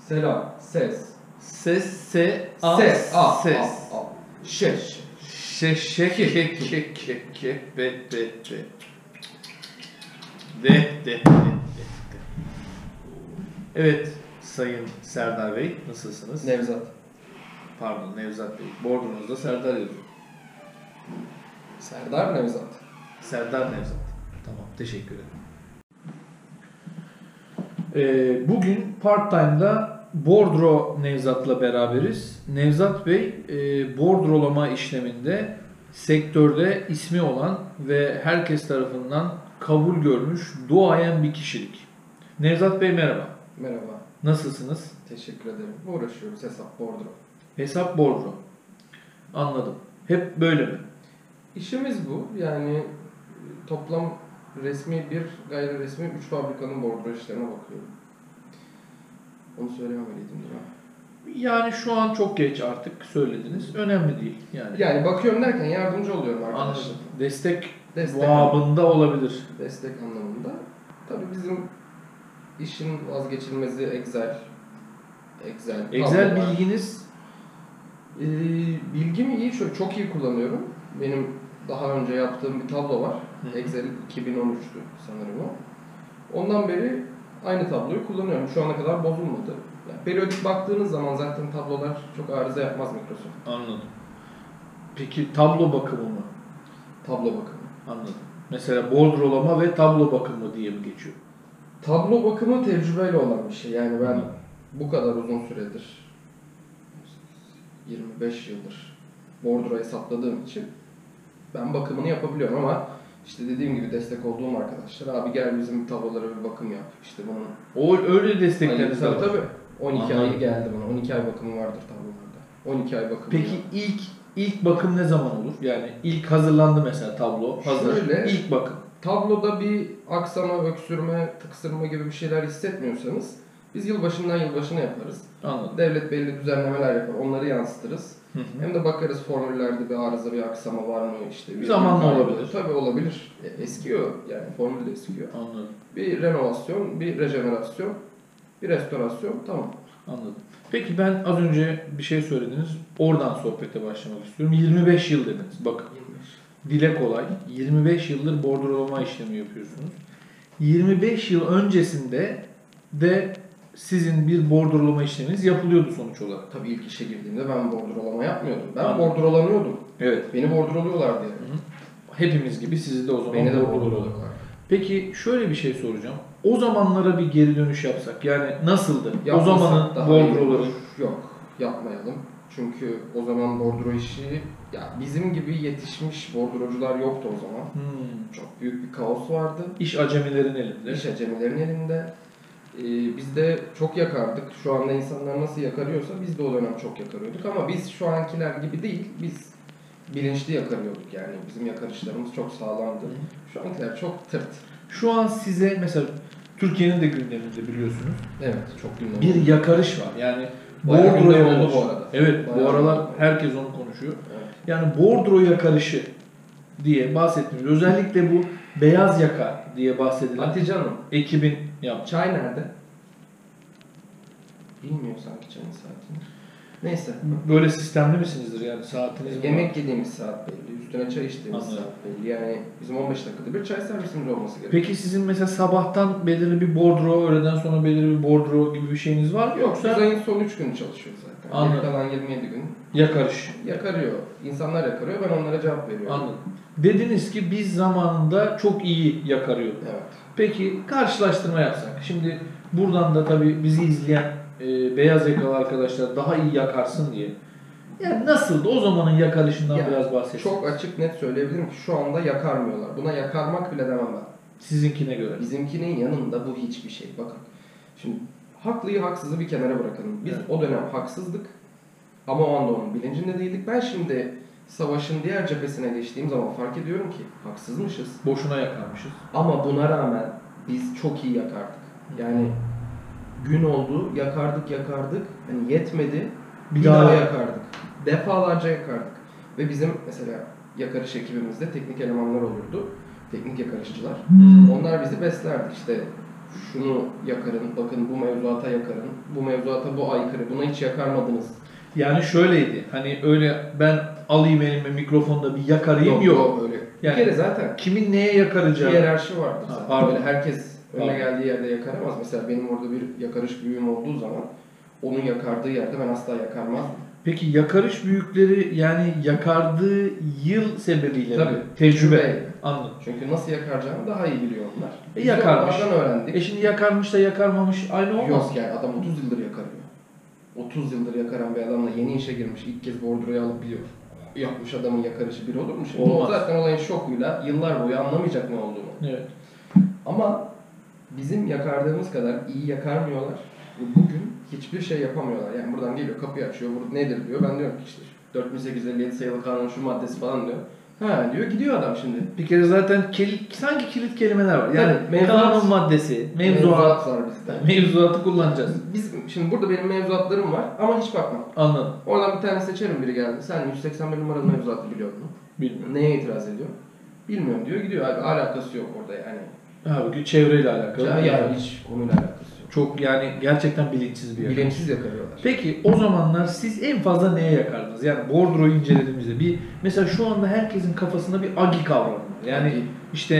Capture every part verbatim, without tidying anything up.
Selam. Ses. Ses, se, a, Ses. A. ses. A. A. Şeş. Şeş, şek, kek, kek, kek, kek, bet, bet, bet. De, de, de, de, de. Evet, Sayın Serdar Bey, nasılsınız? Nevzat. Pardon, Nevzat Bey. Bordronuzda Serdar yazıyor. Serdar Nevzat. Serdar Nevzat. Tamam, teşekkür ederim. Ee, bugün part-time'da bordro Nevzat'la beraberiz. Nevzat Bey, e, bordrolama işleminde sektörde ismi olan ve herkes tarafından kabul görmüş duayen bir kişilik. Nevzat Bey merhaba. Merhaba. Nasılsınız? Teşekkür ederim. Uğraşıyoruz hesap bordro. Hesap bordro. Anladım. Hep böyle mi? İşimiz bu. Yani toplam resmi bir, gayri resmi üç fabrikanın bordro işlerine bakıyorum. Onu söylememeliydim değil mi? Yani şu an çok geç artık söylediniz. Önemli değil. Yani, Yani bakıyorum derken yardımcı oluyorum arkadaşlar. anladım. Destek, Destek babında olabilir. Destek anlamında. Tabii bizim işin vazgeçilmezi Excel. Excel. Excel tablo var. bilginiz Ee, bilgim iyi, şöyle çok iyi kullanıyorum. Benim daha önce yaptığım bir tablo var. Hı. Excel iki bin on üçtü sanırım o. Ondan beri aynı tabloyu kullanıyorum. Şu ana kadar bozulmadı. Yani periyodik baktığınız zaman zaten tablolar çok arıza yapmaz Microsoft. anladım. Peki tablo bakımı mı? Tablo bakımı. Anladım. Mesela bordrolama ve tablo bakımı diye mi geçiyor? Tablo bakımı tecrübeyle olan bir şey. Yani ben bu kadar uzun süredir, yirmi beş yıldır bordro hesapladığım için ben bakımını yapabiliyorum ama işte dediğim gibi destek olduğum arkadaşlar, abi gel bizim tablolara bir bakım yap. İşte bunun O öyle destekleriniz tabii var. tabii. on iki Anladım. ay geldi buna. on iki ay bakımı vardır tablolarda. on iki ay bakımı. Peki var. ilk ilk bakım ne zaman olur? Yani ilk hazırlandı mesela tablo. Hazır. Şöyle- İlk bakım. Tabloda bir aksama, öksürme, tıksırma gibi bir şeyler hissetmiyorsanız biz yılbaşından yılbaşına yaparız. Anladım. Devlet belli düzenlemeler yapar. Onları yansıtırız. Hı hı. Hem de bakarız formüllerde bir arıza, bir aksama var mı işte. Bir Zamanla bir- olabilir. Tabii olabilir. E, Eskiyor yani, formül de eskiyor. Anladım. Bir renovasyon, bir rejenerasyon, bir restorasyon, tamam. Anladım. Peki ben az önce bir şey söylediniz. Oradan sohbete başlamak istiyorum. yirmi beş yıl dediniz. Bakın. Dile kolay. yirmi beş yıldır bordrolama işlemi yapıyorsunuz. yirmi beş yıl öncesinde de sizin bir bordrolama işleminiz yapılıyordu sonuç olarak. Tabii ilk işe girdiğimde ben bordrolama yapmıyordum. Ben Anladım. bordrolanıyordum. Evet. Beni bordroluyorlardı yani. Hı hı. Hepimiz gibi sizi de o zaman Beni de bordroluyorlar. bordroluyorlar. Peki şöyle bir şey soracağım. O zamanlara bir geri dönüş yapsak. Yani nasıldı? O Yapmasak zamanın daha iyi bordroları. olur. Yok, yapmayalım. Çünkü o zaman bordro işi, ya bizim gibi yetişmiş bordrocular yoktu o zaman. Hmm. Çok büyük bir kaos vardı. İş acemilerin elinde. İş acemilerin elinde. Ee, biz de çok yakardık. Şu anda insanlar nasıl yakarıyorsa biz de o dönem çok yakarıyorduk. Ama biz şu ankiler gibi değil. Biz bilinçli yakarıyorduk yani. Bizim yakarışlarımız çok sağlamdı. Şu ankiler çok tırt. Şu an size mesela Türkiye'nin de gündeminde biliyorsunuz. Evet, çok gündem Bir oldu. yakarış var. Yani Bayağı bordro gündem oldu yakarış. bu arada. Evet, bu Bayağı aralar gündem oldu. herkes onu konuşuyor. Evet. Yani bordro yakarışı diye bahsettiğimiz, özellikle bu beyaz yaka diye bahsedilen Hatice Hanım, ekibin yaptığı. çay nerede? Bilmiyor sanki çayın saatini. Neyse. Böyle sistemli misinizdir yani saatiniz mi Yemek var? yediğimiz saat belli, üstüne çay içtiğimiz Anladım. saat belli. Yani bizim on beş dakikada bir çay servisimiz olması gerekiyor. Peki sizin mesela sabahtan belirli bir bordro, öğleden sonra belirli bir bordro gibi bir şeyiniz var mı? Yok, biz Yoksa ayın son üç günü çalışıyoruz zaten. Anladım. Geri kalan yirmi yedi gün yakarış. yakarıyor. İnsanlar yakarıyor, ben onlara cevap veriyorum. Anladım. Dediniz ki biz zamanında çok iyi yakarıyorduk. Evet. Peki karşılaştırma yapsak. Şimdi buradan da tabii bizi izleyen e, beyaz yakalı arkadaşlar daha iyi yakarsın diye. Yani nasıldı? O zamanın yakarışından Ya, biraz bahsedin. Çok açık net söyleyebilirim ki şu anda yakarmıyorlar. Buna yakarmak bile demem ben. Sizinkine göre. Bizimkinin yanında bu hiçbir şey. Bakın. Şimdi haklıyı haksızı bir kenara bırakalım. Biz Evet. o dönem haksızdık. Ama o anda onun bilincinde değildik. Ben şimdi savaşın diğer cephesine geçtiğim zaman fark ediyorum ki haksızmışız. Boşuna yakarmışız. Ama buna rağmen biz çok iyi yakardık. Yani gün oldu, yakardık yakardık. Hani yetmedi. Bir Bir, daha daha, yak- yakardık. Defalarca yakardık. Ve bizim mesela yakarış ekibimizde teknik elemanlar olurdu. Teknik yakarışçılar. Hmm. Onlar bizi beslerdi. İşte şunu yakarın, bakın bu mevzuata yakarın, bu mevzuata bu aykırı, buna hiç yakarmadınız. Yani şöyleydi, hani öyle ben alayım elime mikrofonda bir yakarayım yok. Yok öyle. Yani bir kere zaten kimin neye yakaracağı. hiyerarşi vardır zaten. Pardon. Böyle herkes önüne Pardon. geldiği yerde yakaramaz. Mesela benim orada bir yakarış büyüğüm olduğu zaman onun yakardığı yerde ben asla yakarmazdım. Peki yakarış büyükleri yani yakardığı yıl sebebiyle Tabii. mi? Tecrübe. Tecrübe. Anladım. Çünkü nasıl yakaracağını daha iyi biliyor onlar. E, Biz de yakarmış. onlardan öğrendik. E şimdi yakarmış da yakarmamış aynı olmaz. Yok yani adam otuz yıldır yakarıyor. otuz yıldır yakaran bir adamla yeni işe girmiş, ilk kez bordroyu alıp biliyor. Yapmış adamın yakarışı bir olur mu? Şimdi Olmaz. o zaten olayın şokuyla yıllar boyu anlamayacak ne olduğunu. Evet. Ama bizim yakardığımız kadar iyi yakarmıyorlar. Bugün hiçbir şey yapamıyorlar. Yani buradan geliyor, kapıyı açıyor, burada nedir diyor. Ben diyorum ki işte dört bin sekiz yüz elli yedi sayılı kanun şu maddesi falan diyor. Ha diyor, gidiyor adam şimdi. Bir kere zaten kilit, sanki kilit kelimeler var. Yani Tabii, mevzuat- kanun maddesi, mevzuat, Mevzuat var bizde. mevzuatı kullanacağız. Biz, şimdi burada benim mevzuatlarım var ama hiç bakmam. Anladım. Oradan bir tane seçerim, biri geldi. Sen yüz seksen bir numaralı mevzuatı biliyor musun? Bilmiyorum. Neye itiraz ediyor? Bilmiyorum diyor, gidiyor abi. Alakası yok orada yani. Halbuki çevreyle alakalı. Ya, yani hiç konuyla alakası yok. Çok yani gerçekten bilinçsiz bir yakar. Bilinçsiz yakarıyorlar. Peki o zamanlar siz en fazla neye yakardınız? Yani bordroyu incelediğimizde bir mesela şu anda herkesin kafasında bir agi kavramı var. Yani Agi. işte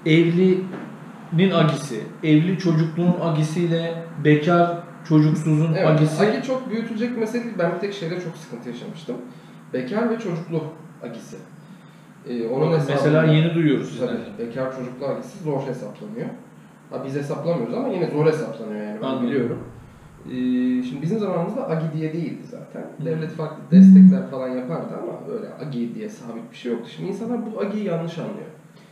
evlinin agisi, evli çocukluğun agisiyle bekar çocuksuzun Evet, agisi. agi çok büyütülecek bir mesele değil. Ben bir tek şeyde çok sıkıntı yaşamıştım. Bekar ve çocuklu agisi. Ee, onun Bakın mesela hesabını- yeni duyuyoruz sizden. Tabii, bekar çocuklu agisi zor hesaplanıyor. Ha, biz hesaplamıyoruz ama yine zor hesaplanıyor yani ben Anladım. biliyorum. Ee, şimdi bizim zamanımızda agi diye değildi zaten. Hı. Devlet farklı destekler falan yapardı ama öyle agi diye sabit bir şey yoktu. Şimdi insanlar bu agiyi yanlış anlıyor.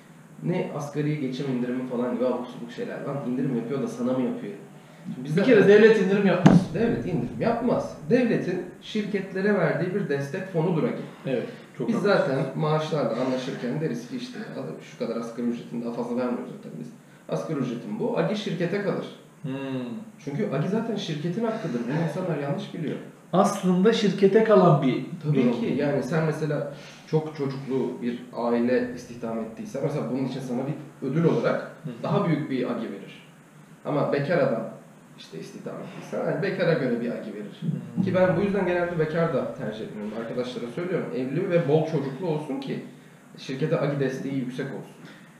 Ne asgari geçim indirimi falan gibi abuk subuk şeyler var. İndirim yapıyor da sana mı yapıyor? Şimdi biz Bir zaten- kere devlet indirim yapmaz. Devlet indirim yapmaz. Devletin şirketlere verdiği bir destek fonudur agi. Evet. Çok Biz haklısın. zaten maaşlarda anlaşırken deriz ki işte şu kadar asgari ücretin daha fazla vermiyoruz zaten biz. Asgari ücretin bu. Agi şirkete kalır. Hmm. Çünkü agi zaten şirketin hakkıdır. Bunu insanlar yanlış biliyor. Aslında şirkete kalan bir Tabii durum. ki yani sen mesela çok çocuklu bir aile istihdam ettiysen mesela bunun için sana bir ödül olarak Hı. daha büyük bir agi verir. Ama bekar adam işte istihdam ettiysen yani bekara göre bir agi verir. Hmm. Ki ben bu yüzden genelde bekar da tercih etmiyorum. Arkadaşlara söylüyorum. Evli ve bol çocuklu olsun ki şirkete agi desteği yüksek olsun.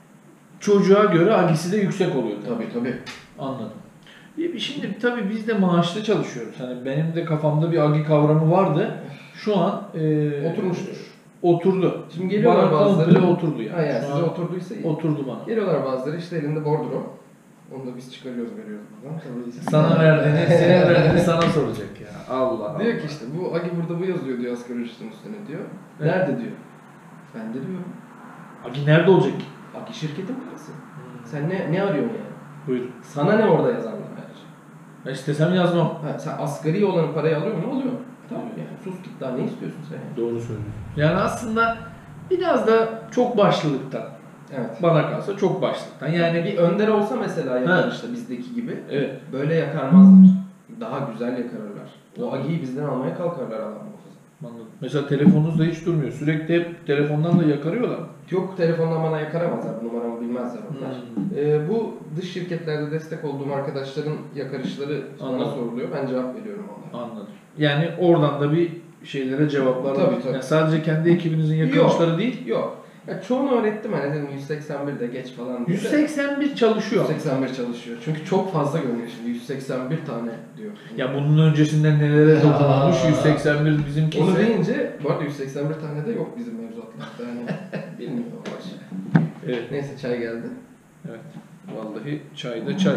Çocuğa göre agisi de yüksek oluyor. Tabii tabii. Anladım. İyi, Şimdi tabii biz de maaşlı çalışıyoruz. Hani benim de kafamda bir agi kavramı vardı. Şu an e, Oturmuştur. Oturdu. Şimdi geliyorlar Bana bazıları. komple oturdu yani. Ha yani Şu size an oturduysa iyi. oturdu bana. Geliyorlar bazıları işte elinde bordro. Onu da biz çıkarıyoruz veriyoruz buradan. Tabii. Sana verdiğini, senin verdiğini sana soracak ya. Allah Allah. Diyor ki işte bu agi burada bu yazıyor diyor asgari ücretin üstüne diyor. Evet. Nerede diyor. Ben de diyor. Agi nerede olacak ki? Agi şirketin parası. Sen ne ne arıyorsun yani? Buyurun. Sana ne orada yazanlar ayrıca? Ben istesem yazmam. Ha, sen asgari olan parayı alıyor mu? Alıyor. Tamam yani sus git daha ne istiyorsun sen yani? Doğru söylüyorsun. Yani aslında biraz da çok başlılıktan. Evet. Bana kalsa çok başlıktan. Yani Bir önder olsa mesela Ha. yakarışta bizdeki gibi evet. böyle yakarmazlar. Daha güzel yakarırlar. O agiyi bizden almaya kalkarlar adam muhafaza. Anladım. Mesela telefonunuz da hiç durmuyor. Sürekli hep telefondan da yakarıyorlar. Yok telefondan bana yakaramazlar. Bu numaramı bilmezler onlar. Hmm. Ee, bu dış şirketlerde destek olduğum arkadaşların yakarışları bana Anladım. soruluyor. Ben cevap veriyorum onlara. Anladım. Yani oradan da bir şeylere cevaplar Tabii, var. tabii. Yani sadece kendi ekibinizin yakarışları değil. Yok. Ya çoğunu öğrettim hani dedim yüz seksen bir de geç falan diye. yüz seksen bir çalışıyor. yüz seksen bir çalışıyor. Çünkü çok fazla görünüyor şimdi. yüz seksen bir tane diyor. Ya bunun öncesinden nelere dokunulmuş yüz seksen bir bizimki Onu ise. deyince bu arada yüz seksen bir tane de yok bizim mevzuatlarda. Yani bilmiyorum o baş. Evet. Neyse çay geldi. Evet. Vallahi çayda çay.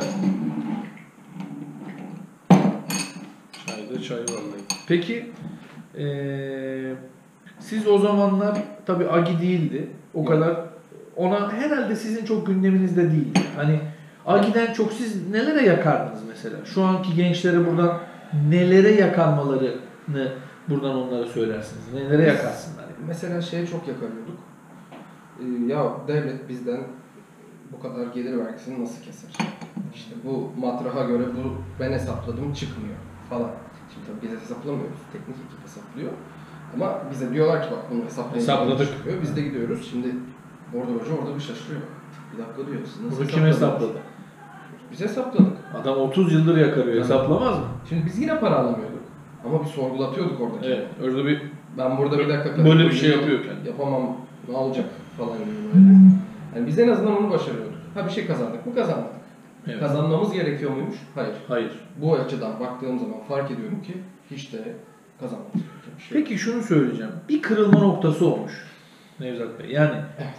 Çayda çay vallahi. Peki eee, siz o zamanlar tabii agi değildi. O Yok. kadar ona herhalde sizin çok gündeminizde değil. Hani agiden çok siz nelere yakardınız mesela? Şu anki gençlere buradan nelere yakarmalarını buradan onlara söylersiniz. Nelere yakarsınlar? Mesela şeye çok yakarıyorduk. Ee, ya devlet bizden bu kadar gelir vergisini nasıl keser? İşte bu matraha göre bu ben hesapladım çıkmıyor falan. Şimdi tabii biz hesaplamıyoruz. Teknik ekip hesaplıyor. Ama bize diyorlar ki bak bunu hesaplayın. Hesapladık. Çıkıyor. Biz de gidiyoruz. Şimdi orada hoca orada bir şaşırıyor. Bir dakika diyor. Siz nasıl Bunu kim hesapladınız? hesapladı? Biz hesapladık. Adam otuz yıldır yakarıyor. Evet. Hesaplamaz mı? Şimdi biz yine para alamıyorduk. Ama bir sorgulatıyorduk oradaki. Evet. Orada bir Ben burada bir dakika böyle bir şey yapıyorken. yapamam, ne olacak falan gibi böyle. Yani biz en azından onu başarıyorduk. Ha bir şey kazandık mı? Kazandık. Evet. Kazanmamız gerekiyor muymuş? Hayır. Hayır. Bu açıdan baktığım zaman fark ediyorum ki hiç de kazanmamız gerekiyor bir şey. Peki şunu söyleyeceğim. Bir kırılma noktası olmuş Nevzat Bey. Yani Evet.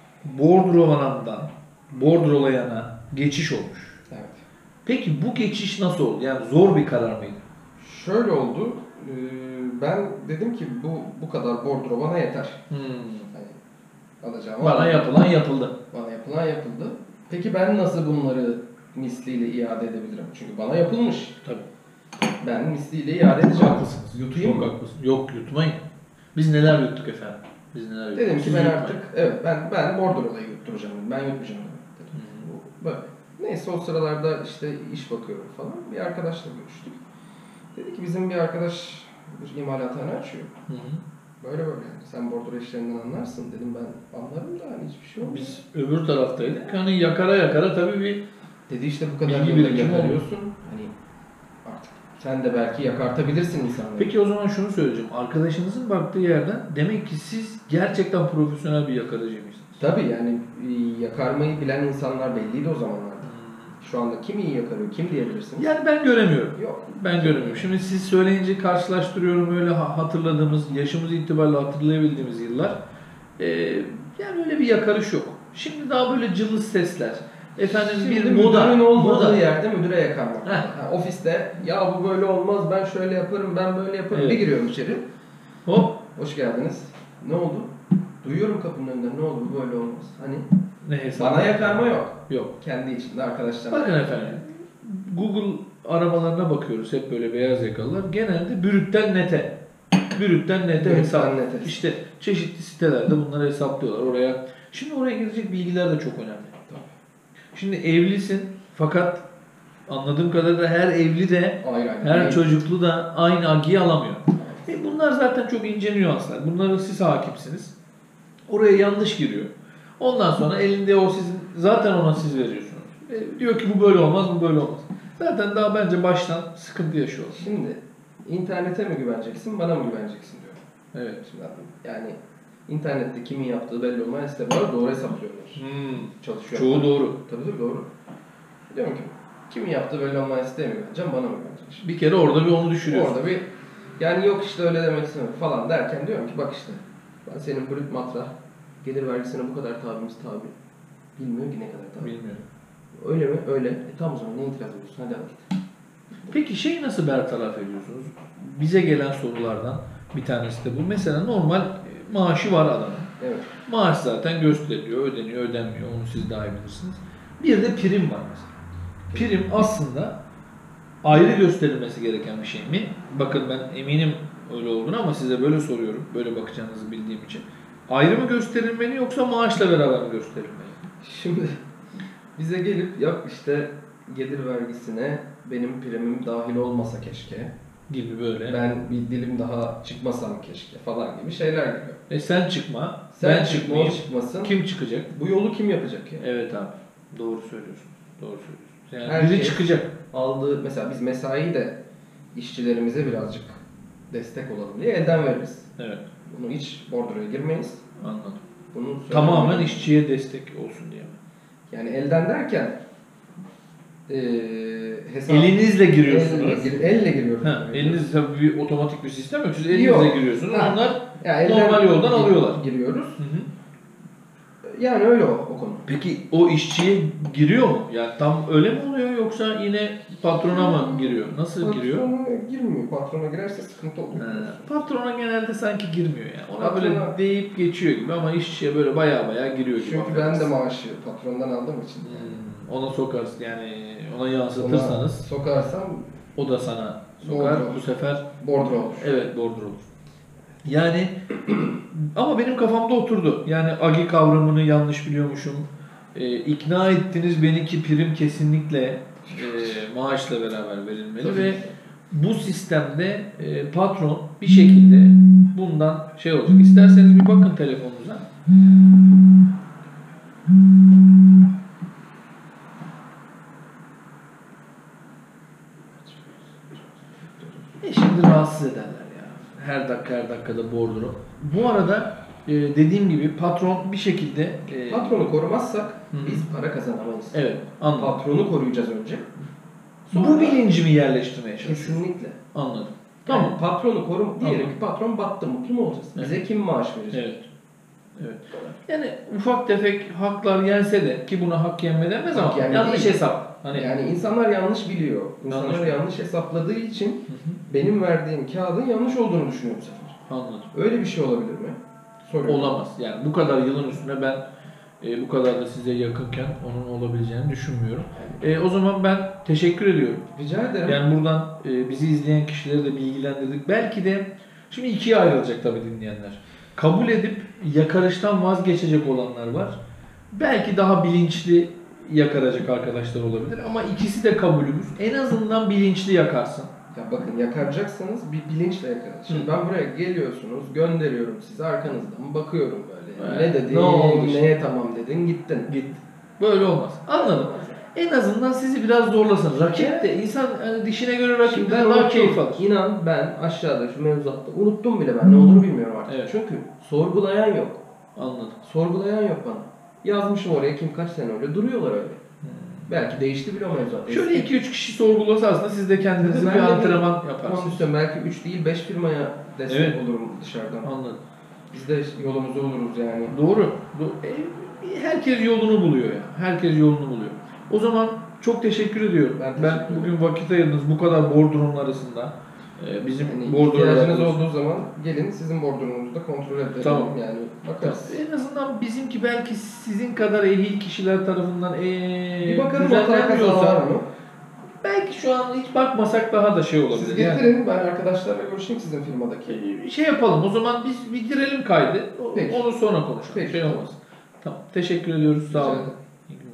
bordrolanan bordrolayana geçiş olmuş. Evet. Peki bu geçiş nasıl oldu? Yani zor bir karar mıydı? Şöyle oldu. e, Ben dedim ki bu bu kadar bordro bana yeter. Hmm. Hani alacağım. Bana aldım. yapılan yapıldı. Bana yapılan yapıldı. Peki ben nasıl bunları misliyle iade edebilirim? Çünkü bana yapılmış. Tabii. Ben misliyle iade edeceğim. Haklısınız. Yutayım Çok mı? haklısın. Yok yutmayın. Biz neler yuttuk efendim? Biz neler yuttuk? Dedim ki Siz ben yutmayın. artık evet ben ben bordrolayı yutturacağım. Ben yutmayacağım dedim. Bu böyle. Neyse o sıralarda işte iş bakıyorum falan. Bir arkadaşla görüştük. Dedi ki bizim bir arkadaş bir imalathane açıyor. Hı hı. Böyle böyle yani. Sen bordro işlerinden anlarsın dedim ben anlarım da hani hiçbir şey olmaz. Biz öbür taraftaydık. Hani yakara yakara tabii bir Dedi işte bu kadar Bilgi yılda birikimi yakarıyorsun. Hani artık sen de belki yakartabilirsin insanları. Peki o zaman şunu söyleyeceğim. Arkadaşınızın baktığı yerden demek ki siz gerçekten profesyonel bir yakarıcıymışsınız. Tabii yani e, yakarmayı bilen insanlar belliydi o zamanlarda. Şu anda kim iyi yakarıyor, kim diyebilirsiniz? Yani ben göremiyorum. Yok. Ben göremiyorum. Şimdi siz söyleyince karşılaştırıyorum öyle ha- hatırladığımız, yaşımız itibariyle hatırlayabildiğimiz yıllar. Ee, yani öyle bir yakarış yok. Şimdi daha böyle cılız sesler. Efendim Şimdi bir moda. müdürün olmadığı moda. yerde müdüre yakarmak. Heh. Ha, ofiste ya bu böyle olmaz, ben şöyle yaparım, ben böyle yaparım. Evet. Bir giriyorum içeri. Hop. Hoş geldiniz. Ne oldu? Duyuyorum kapının önünden ne oldu bu böyle olmaz. Hani Ne hesap? bana yakarma yok. Yok. Kendi içinde arkadaşlar. Bakın efendim. Google aramalarına bakıyoruz hep böyle beyaz yakalılar. Genelde bürütten nete. Bürütten nete Bürütten hesap. nete. İşte çeşitli sitelerde bunları hesaplıyorlar oraya. Şimdi oraya girecek bilgiler de çok önemli. Tabii. Şimdi evlisin fakat anladığım kadarıyla her evli de Hayır, hayır. her Hayır. çocuklu da aynı agiyi alamıyor. E bunlar zaten çok ince nüanslar. Bunlara siz hakimsiniz. Oraya yanlış giriyor. Ondan sonra elinde o sizin zaten ona siz veriyorsunuz. E, diyor ki bu böyle olmaz, bu böyle olmaz. Zaten daha bence baştan sıkıntı yaşıyorlar. Şimdi internete mi güveneceksin, bana mı güveneceksin diyor. Evet. Şimdi yani internette kimin yaptığı belli olmayan siteler doğru hesaplıyorlar. Hmm. Çalışıyor. Çoğu doğru. Tabii tabii doğru. Diyorum ki kimin yaptığı belli olmayan siteye mi güveneceğim, bana mı güveneceksin? Bir kere orada bir onu düşürüyorsun. Orada bir yani yok işte öyle demek istemiyorum falan derken diyorum ki bak işte ben senin brüt matrah gelir vergisine bu kadar tabimiz tabi. Bilmiyor ki ne kadar tabi. Bilmiyorum. Öyle mi? Öyle. E tamam o zaman ne itiraz ediyorsun? Hadi al git. Peki şeyi nasıl bertaraf ediyorsunuz? Bize gelen sorulardan bir tanesi de bu. Mesela normal e, maaşı var adamın. Evet. Maaş zaten gösteriliyor, ödeniyor, ödenmiyor. Onu siz daha iyi bilirsiniz. Bir de prim var mesela. Prim aslında ayrı gösterilmesi gereken bir şey mi? Bakın ben eminim öyle olduğunu ama size böyle soruyorum. Böyle bakacağınızı bildiğim için. Ayrı mı gösterilmeli yoksa maaşla beraber mi gösterilmeli? Şimdi bize gelip yok işte gelir vergisine benim primim dahil olmasa keşke. Gibi böyle. Ben bir dilim daha çıkmasam keşke falan gibi şeyler geliyor. E sen çıkma, Sen ben çıkma, çıkmayayım. o çıkmasın. Kim çıkacak? Bu yolu kim yapacak ya? Evet abi. Doğru söylüyorsun. Doğru söylüyorsun. Yani Herkes biri çıkacak. Aldığı mesela biz mesai de işçilerimize birazcık destek olalım diye elden veririz. Evet. Bunu hiç bordroya girmeyiz. Anladım. Bunu Tamamen söylemeyiz. işçiye destek olsun diye mi? Yani elden derken eee hesap Elinizle giriyorsunuz. Elle, gir- elle giriyoruz. Ha, eliniz tabii bir otomatik bir sistem yok. Siz elinizle Yok. giriyorsunuz. Ha. Onlar Yani elden normal yoldan gir- alıyorlar. Giriyoruz. Hı hı. Yani öyle o, o konu. Peki o işçiye giriyor mu? Yani tam öyle mi oluyor yoksa yine patrona mı giriyor? Nasıl giriyor? Patrona girmiyor. Patrona girerse sıkıntı olur. Ha, patrona genelde sanki girmiyor yani. Ona Patrona- böyle deyip geçiyor gibi ama işçiye böyle baya baya giriyor gibi. Çünkü ben de affedersin. maaşı patrondan aldığım için. Hmm, ona sokarsın yani ona yansıtırsanız Ona sokarsam o da sana sokar. Doğru. Bu sefer bordro olur. evet bordro olur. Yani ama benim kafamda oturdu. Yani agi kavramını yanlış biliyormuşum. Ee, ikna ettiniz beni ki prim kesinlikle e, maaşla beraber verilmeli Tabii. ve bu sistemde e, patron bir şekilde bundan şey olacak. İsterseniz bir bakın telefonunuza. rahatsız ederler ya. Her dakika her dakikada bordro. Bu arada e, dediğim gibi patron bir şekilde e, Patronu korumazsak Hı hı. biz para kazanamayız. evet, anladım. Patronu koruyacağız önce. Bu bilincimi yerleştirmeye çalışıyorum. Kesinlikle. Anladım. Tamam. Tamam. Yani patronu korum. Diyelim Anladım. ki patron battı, mutlu mu olacağız? Bize Evet. kim maaş verecek? Evet. Evet. Yani ufak tefek haklar yense de ki buna hak yenme denmez ama Hak yenme yanlış değil. hesap. Hani Yani insanlar yanlış biliyor. İnsanlar Yanlış. yanlış, hesapladığı için Hı hı. benim verdiğim kağıdın yanlış olduğunu düşünüyor bu sefer. Anladım. Öyle bir şey olabilir mi? Soruyorum. Olamaz. Yani bu kadar yılın üstüne ben e, bu kadar da size yakınken onun olabileceğini düşünmüyorum. E, o zaman ben teşekkür ediyorum. Rica ederim. Yani buradan e, bizi izleyen kişileri de bilgilendirdik. Belki de şimdi ikiye ayrılacak tabii dinleyenler. Kabul edip yakarıştan vazgeçecek olanlar var. Belki daha bilinçli yakaracak arkadaşlar olabilir ama ikisi de kabulümüz. En azından bilinçli yakarsın. Ya bakın yakaracaksanız bir bilinçle yakarın. Şimdi Hı. ben buraya geliyorsunuz, gönderiyorum sizi arkanızdan bakıyorum böyle. Evet. Ne dedin, Ne oldu işte? neye tamam dedin, gittin. Git. Böyle olmaz. Anladım. En azından sizi biraz zorlasın. Rakip de insan hani dişine göre Şimdi rakipten ben daha unuttum. keyif alır. İnan ben aşağıda şu mevzuatta unuttum bile ben ne olduğunu bilmiyorum artık. Evet. Çünkü sorgulayan yok. Anladım. Sorgulayan yok bana. Yazmışım oraya kim kaç sene önce duruyorlar öyle. Belki değişti bile o mevzuat. Şöyle iki üç kişi sorgulasa aslında siz de kendinize Ben bir de bir antrenman yaparsınız. Kondisyon belki üç değil beş firmaya destek Evet. olurum dışarıdan. Anladım. Biz de yolumuzu buluruz yani. Doğru. Do- e, herkes yolunu buluyor ya. Herkes yolunu buluyor. O zaman çok teşekkür ediyorum. Ben Ben, teşekkür ederim. bugün vakit ayırdınız bu kadar bordronun arasında. Ee, bizim Yani bordronlar ihtiyacınız arasında. olduğu zaman gelin sizin bordonunuzu da kontrol edelim. Tamam. Yani bakarız. En azından bizimki belki sizin kadar ehil kişiler tarafından ee, Bir bakalım hata kaza düzenlenmiyorsa var mı? belki şu an hiç bakmasak daha da şey olabilir. Siz Yani, getirin ben arkadaşlarla görüşeyim sizin firmadaki. e, şey yapalım o zaman biz bitirelim kaydı. O- Peki. Onu sonra konuşalım. Peki, Şey tamam. olmaz. Tamam. Teşekkür ediyoruz. Sağ Rica olun. ederim.